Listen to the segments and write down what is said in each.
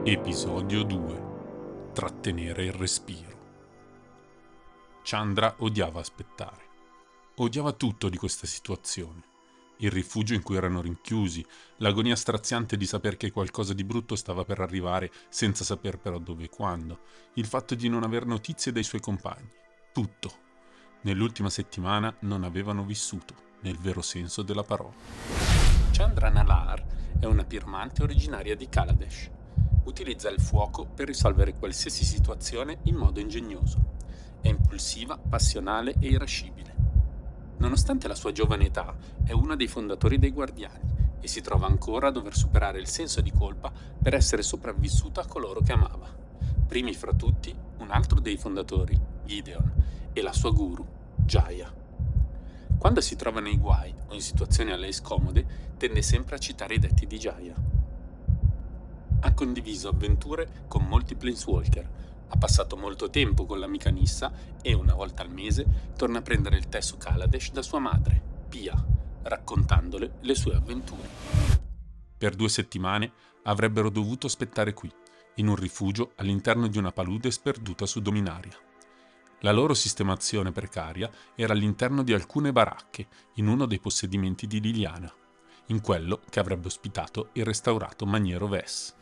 Episodio 2. Trattenere il respiro. Chandra odiava aspettare. Odiava tutto di questa situazione. Il rifugio in cui erano rinchiusi, l'agonia straziante di saper che qualcosa di brutto stava per arrivare senza saper però dove e quando, il fatto di non aver notizie dai suoi compagni. Tutto. Nell'ultima settimana non avevano vissuto, nel vero senso della parola. Chandra Nalar è una piromante originaria di Kaladesh. Utilizza il fuoco per risolvere qualsiasi situazione in modo ingegnoso. È impulsiva, passionale e irascibile. Nonostante la sua giovane età, è una dei fondatori dei Guardiani e si trova ancora a dover superare il senso di colpa per essere sopravvissuta a coloro che amava. Primi fra tutti, un altro dei fondatori, Gideon, e la sua guru, Jaya. Quando si trova nei guai o in situazioni a lei scomode, tende sempre a citare i detti di Jaya. Ha condiviso avventure con molti Planeswalker, ha passato molto tempo con l'amica Nissa e una volta al mese torna a prendere il tè su Kaladesh da sua madre, Pia, raccontandole le sue avventure. Per 2 settimane avrebbero dovuto aspettare qui, in un rifugio all'interno di una palude sperduta su Dominaria. La loro sistemazione precaria era all'interno di alcune baracche, in uno dei possedimenti di Liliana, in quello che avrebbe ospitato il restaurato maniero Ves.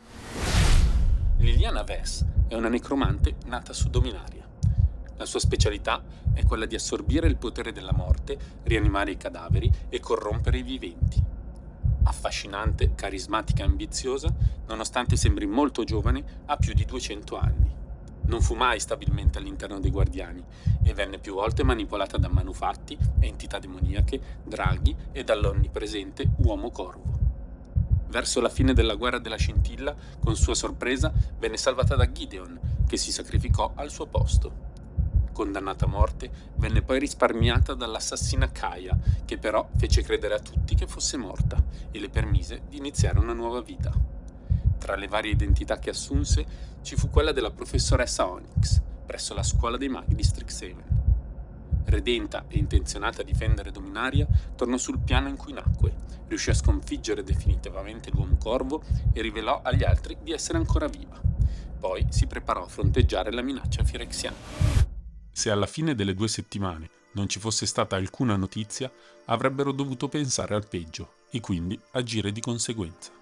Liliana Ves è una necromante nata su Dominaria. La sua specialità è quella di assorbire il potere della morte, rianimare i cadaveri e corrompere i viventi. Affascinante, carismatica e ambiziosa, nonostante sembri molto giovane, ha più di 200 anni. Non fu mai stabilmente all'interno dei Guardiani e venne più volte manipolata da manufatti, entità demoniache, draghi e dall'onnipresente uomo corvo. Verso la fine della guerra della scintilla, con sua sorpresa, venne salvata da Gideon, che si sacrificò al suo posto. Condannata a morte, venne poi risparmiata dall'assassina Kaya, che però fece credere a tutti che fosse morta e le permise di iniziare una nuova vita. Tra le varie identità che assunse, ci fu quella della professoressa Onyx, presso la scuola dei maghi di Strixhaven. Redenta e intenzionata a difendere Dominaria, tornò sul piano in cui nacque, riuscì a sconfiggere definitivamente l'uomo corvo e rivelò agli altri di essere ancora viva. Poi si preparò a fronteggiare la minaccia firexiana. Se alla fine delle 2 settimane non ci fosse stata alcuna notizia, avrebbero dovuto pensare al peggio e quindi agire di conseguenza.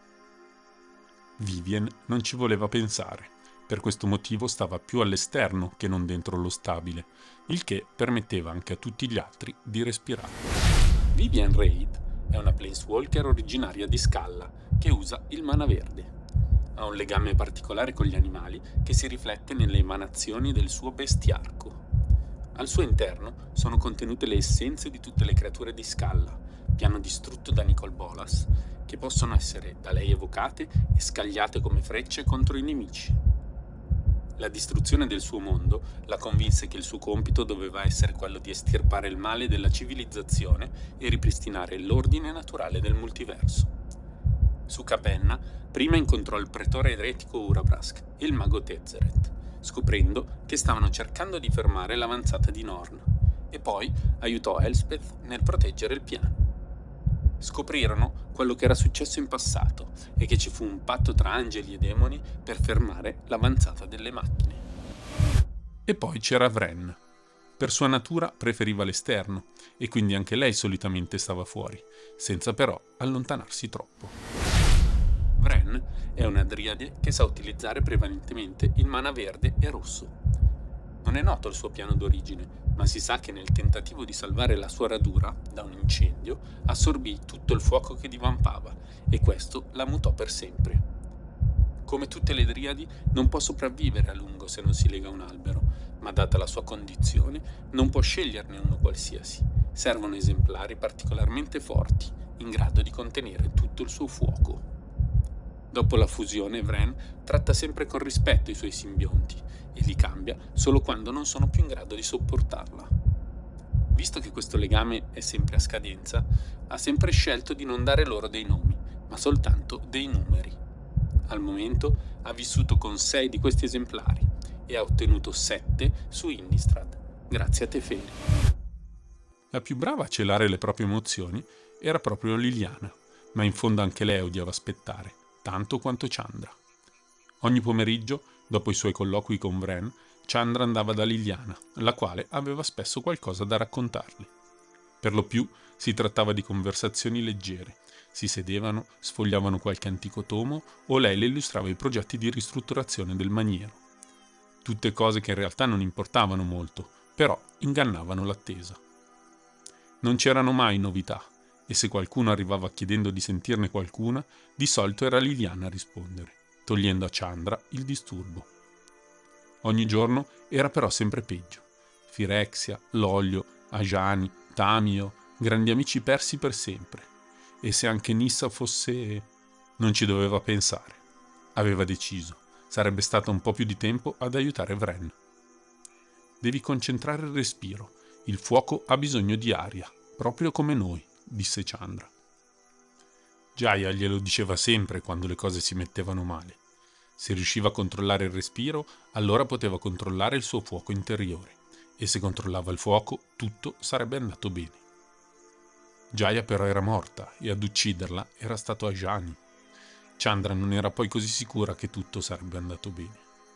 Vivien non ci voleva pensare. Per questo motivo stava più all'esterno che non dentro lo stabile, il che permetteva anche a tutti gli altri di respirare. Vivien Reid è una Planeswalker originaria di Scalla che usa il mana verde. Ha un legame particolare con gli animali che si riflette nelle emanazioni del suo bestiarco. Al suo interno sono contenute le essenze di tutte le creature di Scalla, piano distrutto da Nicol Bolas, che possono essere da lei evocate e scagliate come frecce contro i nemici. La distruzione del suo mondo la convinse che il suo compito doveva essere quello di estirpare il male della civilizzazione e ripristinare l'ordine naturale del multiverso. Su Capenna, prima incontrò il pretore eretico Urabrask e il mago Tezzeret, scoprendo che stavano cercando di fermare l'avanzata di Norn, e poi aiutò Elspeth nel proteggere il piano. Scoprirono quello che era successo in passato e che ci fu un patto tra angeli e demoni per fermare l'avanzata delle macchine. E poi c'era Vren. Per sua natura preferiva l'esterno e quindi anche lei solitamente stava fuori, senza però allontanarsi troppo. Vren è una driade che sa utilizzare prevalentemente il mana verde e rosso. Non è noto il suo piano d'origine, ma si sa che nel tentativo di salvare la sua radura da un incendio assorbì tutto il fuoco che divampava e questo la mutò per sempre. Come tutte le driadi non può sopravvivere a lungo se non si lega a un albero, ma data la sua condizione non può sceglierne uno qualsiasi. Servono esemplari particolarmente forti, in grado di contenere tutto il suo fuoco. Dopo la fusione, Vren tratta sempre con rispetto i suoi simbionti e li cambia solo quando non sono più in grado di sopportarla. Visto che questo legame è sempre a scadenza, ha sempre scelto di non dare loro dei nomi, ma soltanto dei numeri. Al momento ha vissuto con 6 di questi esemplari e ha ottenuto 7 su Innistrad, grazie a Teferi. La più brava a celare le proprie emozioni era proprio Liliana, ma in fondo anche lei odiava aspettare, tanto quanto Chandra. Ogni pomeriggio, dopo i suoi colloqui con Vren, Chandra andava da Liliana, la quale aveva spesso qualcosa da raccontarle. Per lo più si trattava di conversazioni leggere. Si sedevano, sfogliavano qualche antico tomo o lei le illustrava i progetti di ristrutturazione del maniero. Tutte cose che in realtà non importavano molto, però ingannavano l'attesa. Non c'erano mai novità, e se qualcuno arrivava chiedendo di sentirne qualcuna, di solito era Liliana a rispondere, togliendo a Chandra il disturbo. Ogni giorno era però sempre peggio. Firexia, Lolio, Ajani, Tamio, grandi amici persi per sempre. E se anche Nissa fosse... Non ci doveva pensare. Aveva deciso. Sarebbe stato un po' più di tempo ad aiutare Vren. Devi concentrare il respiro. Il fuoco ha bisogno di aria, proprio come noi, disse Chandra. Jaya glielo diceva sempre quando le cose si mettevano male. Se riusciva a controllare il respiro, allora poteva controllare il suo fuoco interiore. E se controllava il fuoco, tutto sarebbe andato bene. Jaya però era morta e ad ucciderla era stato Ajani. Chandra non era poi così sicura che tutto sarebbe andato bene.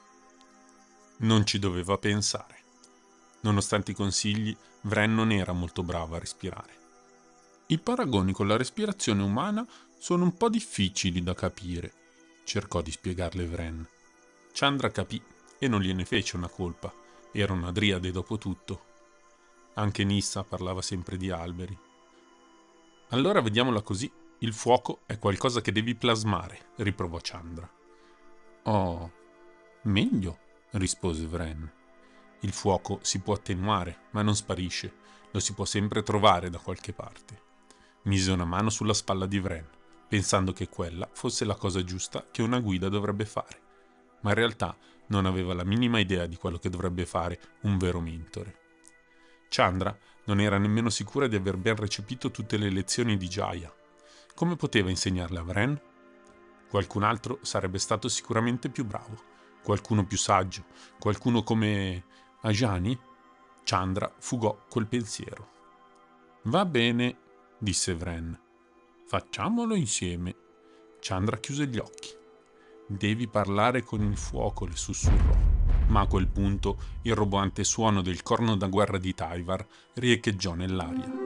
Non ci doveva pensare. Nonostante i consigli, Vren non era molto brava a respirare. I paragoni con la respirazione umana sono un po' difficili da capire, cercò di spiegarle Vren. Chandra capì e non gliene fece una colpa. Era una driade dopo tutto. Anche Nissa parlava sempre di alberi. Allora vediamola così. Il fuoco è qualcosa che devi plasmare, riprovò Chandra. Oh, meglio, rispose Vren. Il fuoco si può attenuare, ma non sparisce. Lo si può sempre trovare da qualche parte. Mise una mano sulla spalla di Vren, pensando che quella fosse la cosa giusta che una guida dovrebbe fare. Ma in realtà non aveva la minima idea di quello che dovrebbe fare un vero mentore. Chandra non era nemmeno sicura di aver ben recepito tutte le lezioni di Jaya. Come poteva insegnarle a Vren? Qualcun altro sarebbe stato sicuramente più bravo, qualcuno più saggio, qualcuno come Ajani. Chandra fugò quel pensiero. Va bene, disse Vren. Facciamolo insieme. Chandra chiuse gli occhi. Devi parlare con il fuoco, le sussurrò. Ma a quel punto il roboante suono del corno da guerra di Tyvar riecheggiò nell'aria.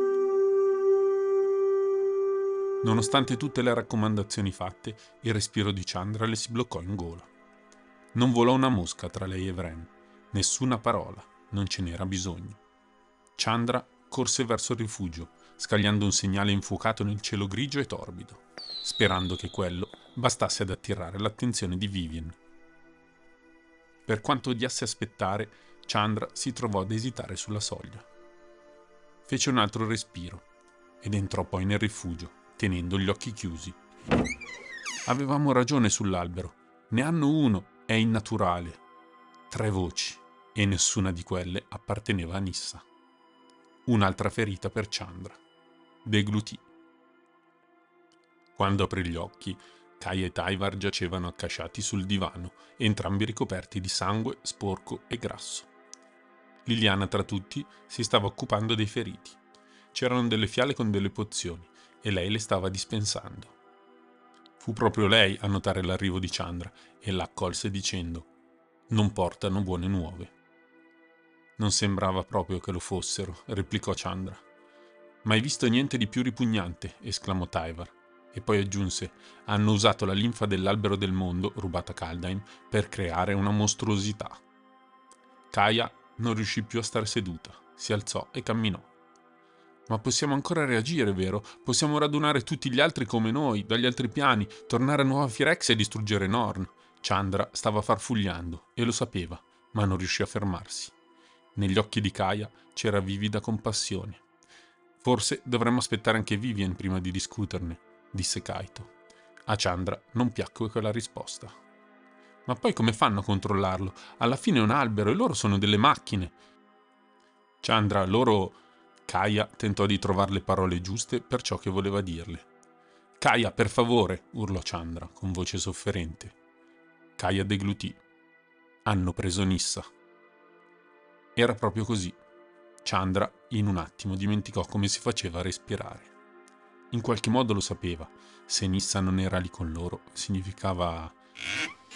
Nonostante tutte le raccomandazioni fatte, il respiro di Chandra le si bloccò in gola. Non volò una mosca tra lei e Vren. Nessuna parola, non ce n'era bisogno. Chandra corse verso il rifugio, scagliando un segnale infuocato nel cielo grigio e torbido, sperando che quello bastasse ad attirare l'attenzione di Vivien. Per quanto odiasse aspettare, Chandra si trovò ad esitare sulla soglia. Fece un altro respiro ed entrò poi nel rifugio, tenendo gli occhi chiusi. Avevamo ragione sull'albero. Ne hanno uno, è innaturale. 3 voci, e nessuna di quelle apparteneva a Nissa. Un'altra ferita per Chandra. Deglutì. Quando aprì gli occhi, Kaya e Tyvar giacevano accasciati sul divano, entrambi ricoperti di sangue sporco e grasso. Liliana, tra tutti, si stava occupando dei feriti. C'erano delle fiale con delle pozioni, e lei le stava dispensando. Fu proprio lei a notare l'arrivo di Chandra e la accolse dicendo: «Non portano buone nuove». «Non sembrava proprio che lo fossero», replicò Chandra. «Mai visto niente di più ripugnante», esclamò Tyvar, e poi aggiunse: «Hanno usato la linfa dell'albero del mondo, rubata a Kaldheim, per creare una mostruosità». Kaya non riuscì più a stare seduta, si alzò e camminò. «Ma possiamo ancora reagire, vero? Possiamo radunare tutti gli altri come noi, dagli altri piani, tornare a Nuova Firexia e distruggere Norn». Chandra stava farfugliando e lo sapeva, ma non riuscì a fermarsi. Negli occhi di Kaya c'era vivida compassione. «Forse dovremmo aspettare anche Vivien prima di discuterne», disse Kaito. A Chandra non piacque quella risposta. «Ma poi come fanno a controllarlo? Alla fine è un albero e loro sono delle macchine». «Chandra, loro...» Kaya tentò di trovare le parole giuste per ciò che voleva dirle. «Kaya, per favore!» urlò Chandra con voce sofferente. Kaya deglutì. «Hanno preso Nissa». Era proprio così. Chandra in un attimo dimenticò come si faceva a respirare. In qualche modo lo sapeva. Se Nissa non era lì con loro, significava...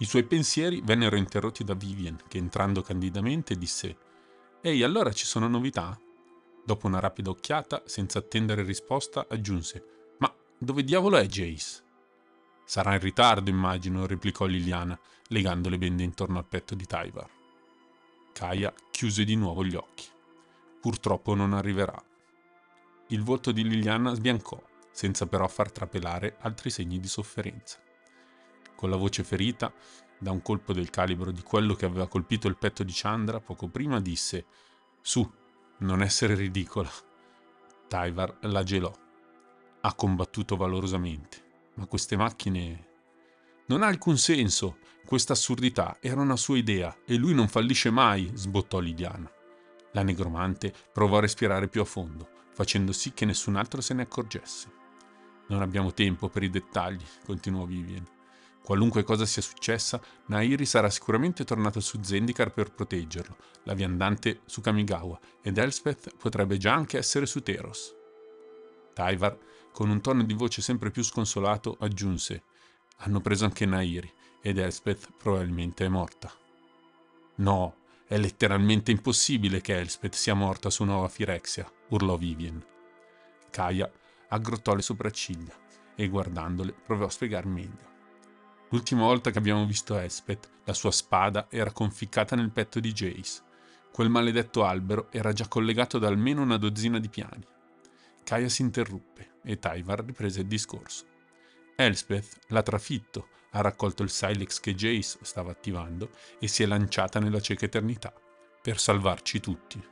I suoi pensieri vennero interrotti da Vivien, che entrando candidamente disse: «Ehi, allora ci sono novità?» Dopo una rapida occhiata, senza attendere risposta, aggiunse: «Ma dove diavolo è Jace?» «Sarà in ritardo, immagino», replicò Liliana, legando le bende intorno al petto di Tyvar. Kaya chiuse di nuovo gli occhi. Purtroppo non arriverà. Il volto di Liliana sbiancò, senza però far trapelare altri segni di sofferenza. Con la voce ferita da un colpo del calibro di quello che aveva colpito il petto di Chandra poco prima, disse: «Su, non essere ridicola». Tyvar la gelò. Ha combattuto valorosamente, ma queste macchine... «Non ha alcun senso. Questa assurdità era una sua idea e lui non fallisce mai», sbottò Liliana. La negromante provò a respirare più a fondo, facendo sì che nessun altro se ne accorgesse. «Non abbiamo tempo per i dettagli», continuò Vivien. «Qualunque cosa sia successa, Nahiri sarà sicuramente tornata su Zendikar per proteggerlo, la viandante su Kamigawa, ed Elspeth potrebbe già anche essere su Teros». Tyvar, con un tono di voce sempre più sconsolato, aggiunse: «Hanno preso anche Nahiri, ed Elspeth probabilmente è morta». «No, è letteralmente impossibile che Elspeth sia morta su Nova Phyrexia», urlò Vivien. Kaya aggrottò le sopracciglia e, guardandole, provò a spiegar meglio. «L'ultima volta che abbiamo visto Elspeth, la sua spada era conficcata nel petto di Jace. Quel maledetto albero era già collegato da almeno una dozzina di piani». Kaya si interruppe e Tyvar riprese il discorso. «Elspeth l'ha trafitto, ha raccolto il Silex che Jace stava attivando e si è lanciata nella cieca eternità, per salvarci tutti».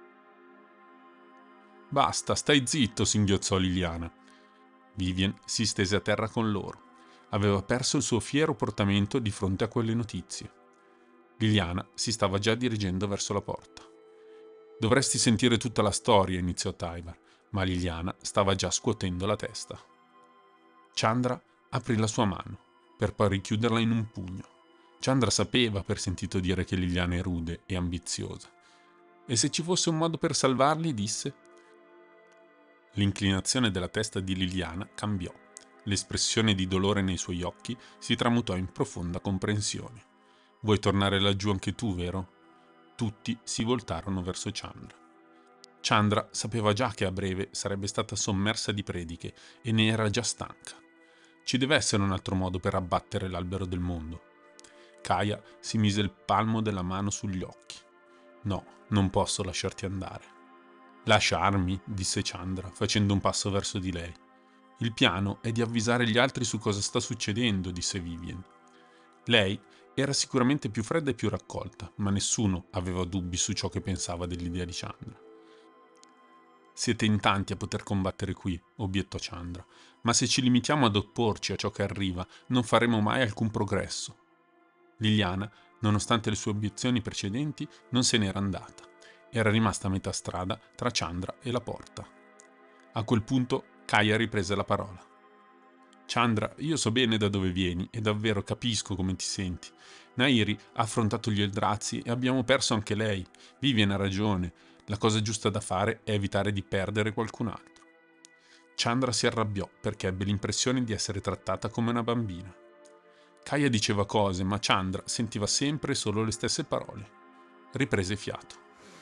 «Basta, stai zitto», singhiozzò Liliana. Vivien si stese a terra con loro. Aveva perso il suo fiero portamento di fronte a quelle notizie. Liliana si stava già dirigendo verso la porta. «Dovresti sentire tutta la storia», iniziò Tyvar, ma Liliana stava già scuotendo la testa. Chandra aprì la sua mano, per poi richiuderla in un pugno. Chandra sapeva per sentito dire che Liliana è rude e ambiziosa. «E se ci fosse un modo per salvarli?» disse. L'inclinazione della testa di Liliana cambiò. L'espressione di dolore nei suoi occhi si tramutò in profonda comprensione. «Vuoi tornare laggiù anche tu, vero?» Tutti si voltarono verso Chandra. Chandra sapeva già che a breve sarebbe stata sommersa di prediche e ne era già stanca. Ci deve essere un altro modo per abbattere l'albero del mondo. Kaya si mise il palmo della mano sugli occhi. «No, non posso lasciarti andare». «Lasciarmi?» disse Chandra, facendo un passo verso di lei. «Il piano è di avvisare gli altri su cosa sta succedendo», disse Vivien. Lei era sicuramente più fredda e più raccolta, ma nessuno aveva dubbi su ciò che pensava dell'idea di Chandra. «Siete in tanti a poter combattere qui», obiettò Chandra, «ma se ci limitiamo ad opporci a ciò che arriva, non faremo mai alcun progresso». Liliana, nonostante le sue obiezioni precedenti, non se n'era andata. Era rimasta a metà strada tra Chandra e la porta. A quel punto Kaya riprese la parola. «Chandra, io so bene da dove vieni e davvero capisco come ti senti. Nahiri ha affrontato gli Eldrazi e abbiamo perso anche lei. Vivien ha ragione. La cosa giusta da fare è evitare di perdere qualcun altro». Chandra si arrabbiò perché ebbe l'impressione di essere trattata come una bambina. Kaya diceva cose, ma Chandra sentiva sempre solo le stesse parole. Riprese fiato.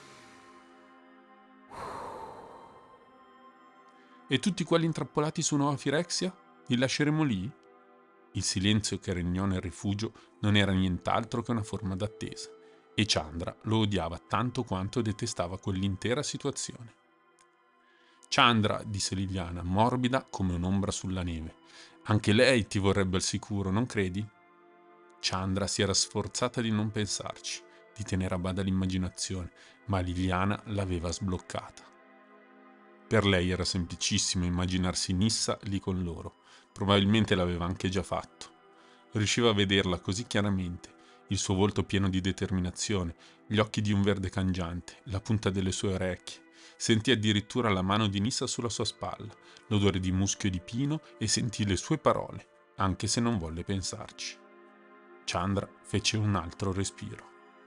«E tutti quelli intrappolati su Nova Phyrexia? Li lasceremo lì?» Il silenzio che regnò nel rifugio non era nient'altro che una forma d'attesa, e Chandra lo odiava tanto quanto detestava quell'intera situazione. «Chandra», disse Liliana, morbida come un'ombra sulla neve, «anche lei ti vorrebbe al sicuro, non credi?» Chandra si era sforzata di non pensarci, di tenere a bada l'immaginazione, ma Liliana l'aveva sbloccata. Per lei era semplicissimo immaginarsi Nissa lì con loro. Probabilmente l'aveva anche già fatto. Riusciva a vederla così chiaramente, il suo volto pieno di determinazione, gli occhi di un verde cangiante, la punta delle sue orecchie. Sentì addirittura la mano di Nissa sulla sua spalla, l'odore di muschio e di pino, e sentì le sue parole, anche se non volle pensarci. Chandra fece un altro respiro.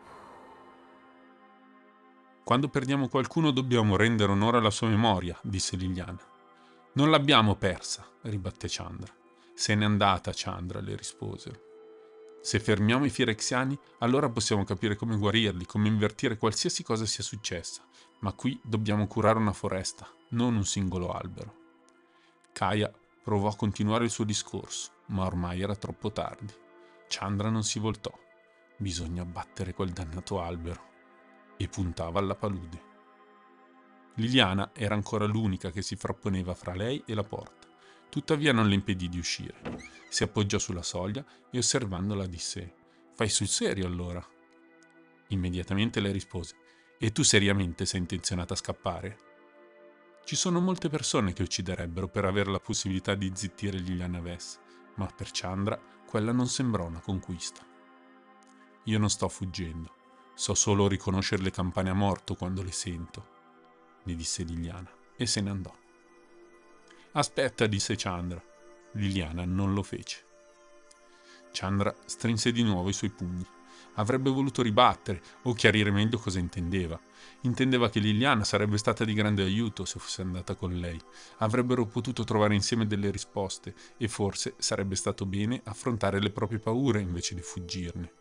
«Quando perdiamo qualcuno dobbiamo rendere onore alla sua memoria», disse Liliana. «Non l'abbiamo persa», ribatté Chandra. «Se n'è andata, Chandra», le risposero. Se fermiamo i firexiani, allora possiamo capire come guarirli, come invertire qualsiasi cosa sia successa. Ma qui dobbiamo curare una foresta, non un singolo albero. Kaya provò a continuare il suo discorso, ma ormai era troppo tardi. Chandra non si voltò. Bisogna abbattere quel dannato albero. E puntava alla palude. Liliana era ancora l'unica che si frapponeva fra lei e la porta. Tuttavia non le impedì di uscire. Si appoggiò sulla soglia e osservandola disse: «Fai sul serio allora?» Immediatamente le rispose: «E tu seriamente sei intenzionata a scappare?» Ci sono molte persone che ucciderebbero per avere la possibilità di zittire Liliana Vess, ma per Chandra quella non sembrò una conquista. «Io non sto fuggendo, so solo riconoscere le campane a morto quando le sento», le disse Liliana e se ne andò. «Aspetta», disse Chandra. Liliana non lo fece. Chandra strinse di nuovo i suoi pugni. Avrebbe voluto ribattere o chiarire meglio cosa intendeva. Intendeva che Liliana sarebbe stata di grande aiuto se fosse andata con lei. Avrebbero potuto trovare insieme delle risposte e forse sarebbe stato bene affrontare le proprie paure invece di fuggirne.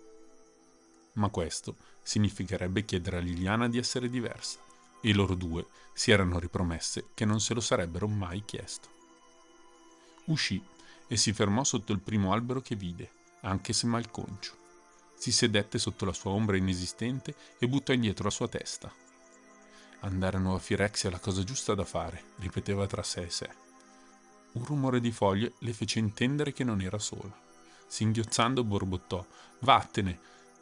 Ma questo significherebbe chiedere a Liliana di essere diversa, e loro due si erano ripromesse che non se lo sarebbero mai chiesto. Uscì e si fermò sotto il primo albero che vide, anche se malconcio. Si sedette sotto la sua ombra inesistente e buttò indietro la sua testa. «Andare a Nuova Firexia è la cosa giusta da fare», ripeteva tra sé e sé. Un rumore di foglie le fece intendere che non era sola. Singhiozzando borbottò: «Vattene!»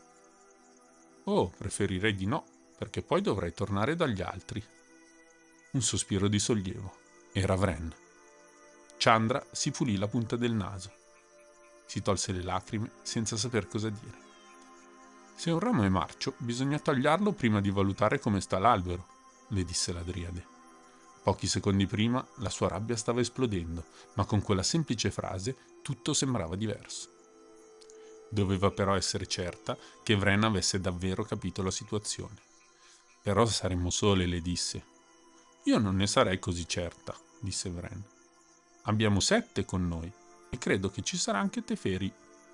«Oh, preferirei di no, perché poi dovrei tornare dagli altri». Un sospiro di sollievo. Era Vren. Chandra si pulì la punta del naso. Si tolse le lacrime senza saper cosa dire. «Se un ramo è marcio, bisogna tagliarlo prima di valutare come sta l'albero», le disse la Driade. Pochi secondi prima la sua rabbia stava esplodendo, ma con quella semplice frase tutto sembrava diverso. Doveva però essere certa che Vren avesse davvero capito la situazione. «Però saremmo sole», le disse. «Io non ne sarei così certa», disse Vren. «Abbiamo 7 con noi e credo che ci sarà anche Teferi».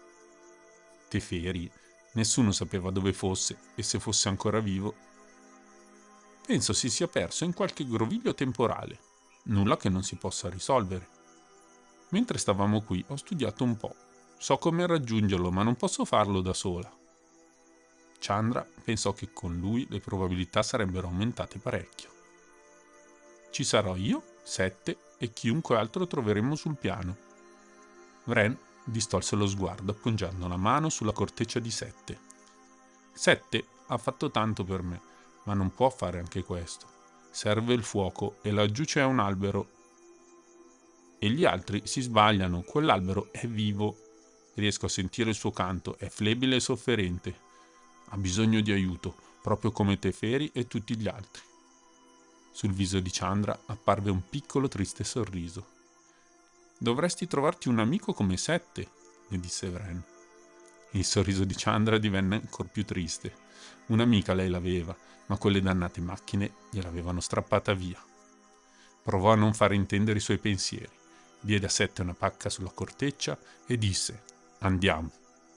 Teferi? Nessuno sapeva dove fosse e se fosse ancora vivo. «Penso si sia perso in qualche groviglio temporale, nulla che non si possa risolvere. Mentre stavamo qui ho studiato un po', so come raggiungerlo, ma non posso farlo da sola». Chandra pensò che con lui le probabilità sarebbero aumentate parecchio. «Ci sarò io, 7 e chiunque altro troveremo sul piano». Vren distolse lo sguardo appoggiando la mano sulla corteccia di 7. 7 ha fatto tanto per me, ma non può fare anche questo. Serve il fuoco e laggiù c'è un albero. E gli altri si sbagliano, quell'albero è vivo. Riesco a sentire il suo canto, è flebile e sofferente. Ha bisogno di aiuto, proprio come Teferi e tutti gli altri». Sul viso di Chandra apparve un piccolo triste sorriso. «Dovresti trovarti un amico come 7, le disse Vren. Il sorriso di Chandra divenne ancor più triste. Un'amica lei l'aveva, ma quelle dannate macchine gliel'avevano strappata via. Provò a non fare intendere i suoi pensieri. Diede a 7 una pacca sulla corteccia e disse: «Andiamo».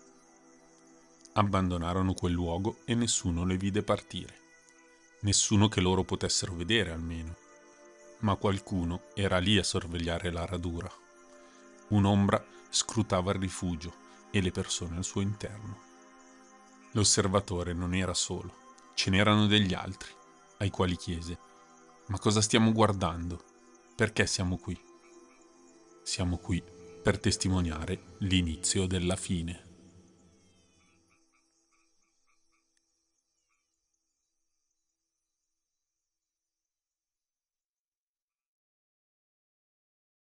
Abbandonarono quel luogo e nessuno le vide partire. Nessuno che loro potessero vedere almeno. Ma qualcuno era lì a sorvegliare la radura. Un'ombra scrutava il rifugio e le persone al suo interno. L'osservatore non era solo, ce n'erano degli altri, ai quali chiese: «Ma cosa stiamo guardando? Perché siamo qui?» «Siamo qui per testimoniare l'inizio della fine».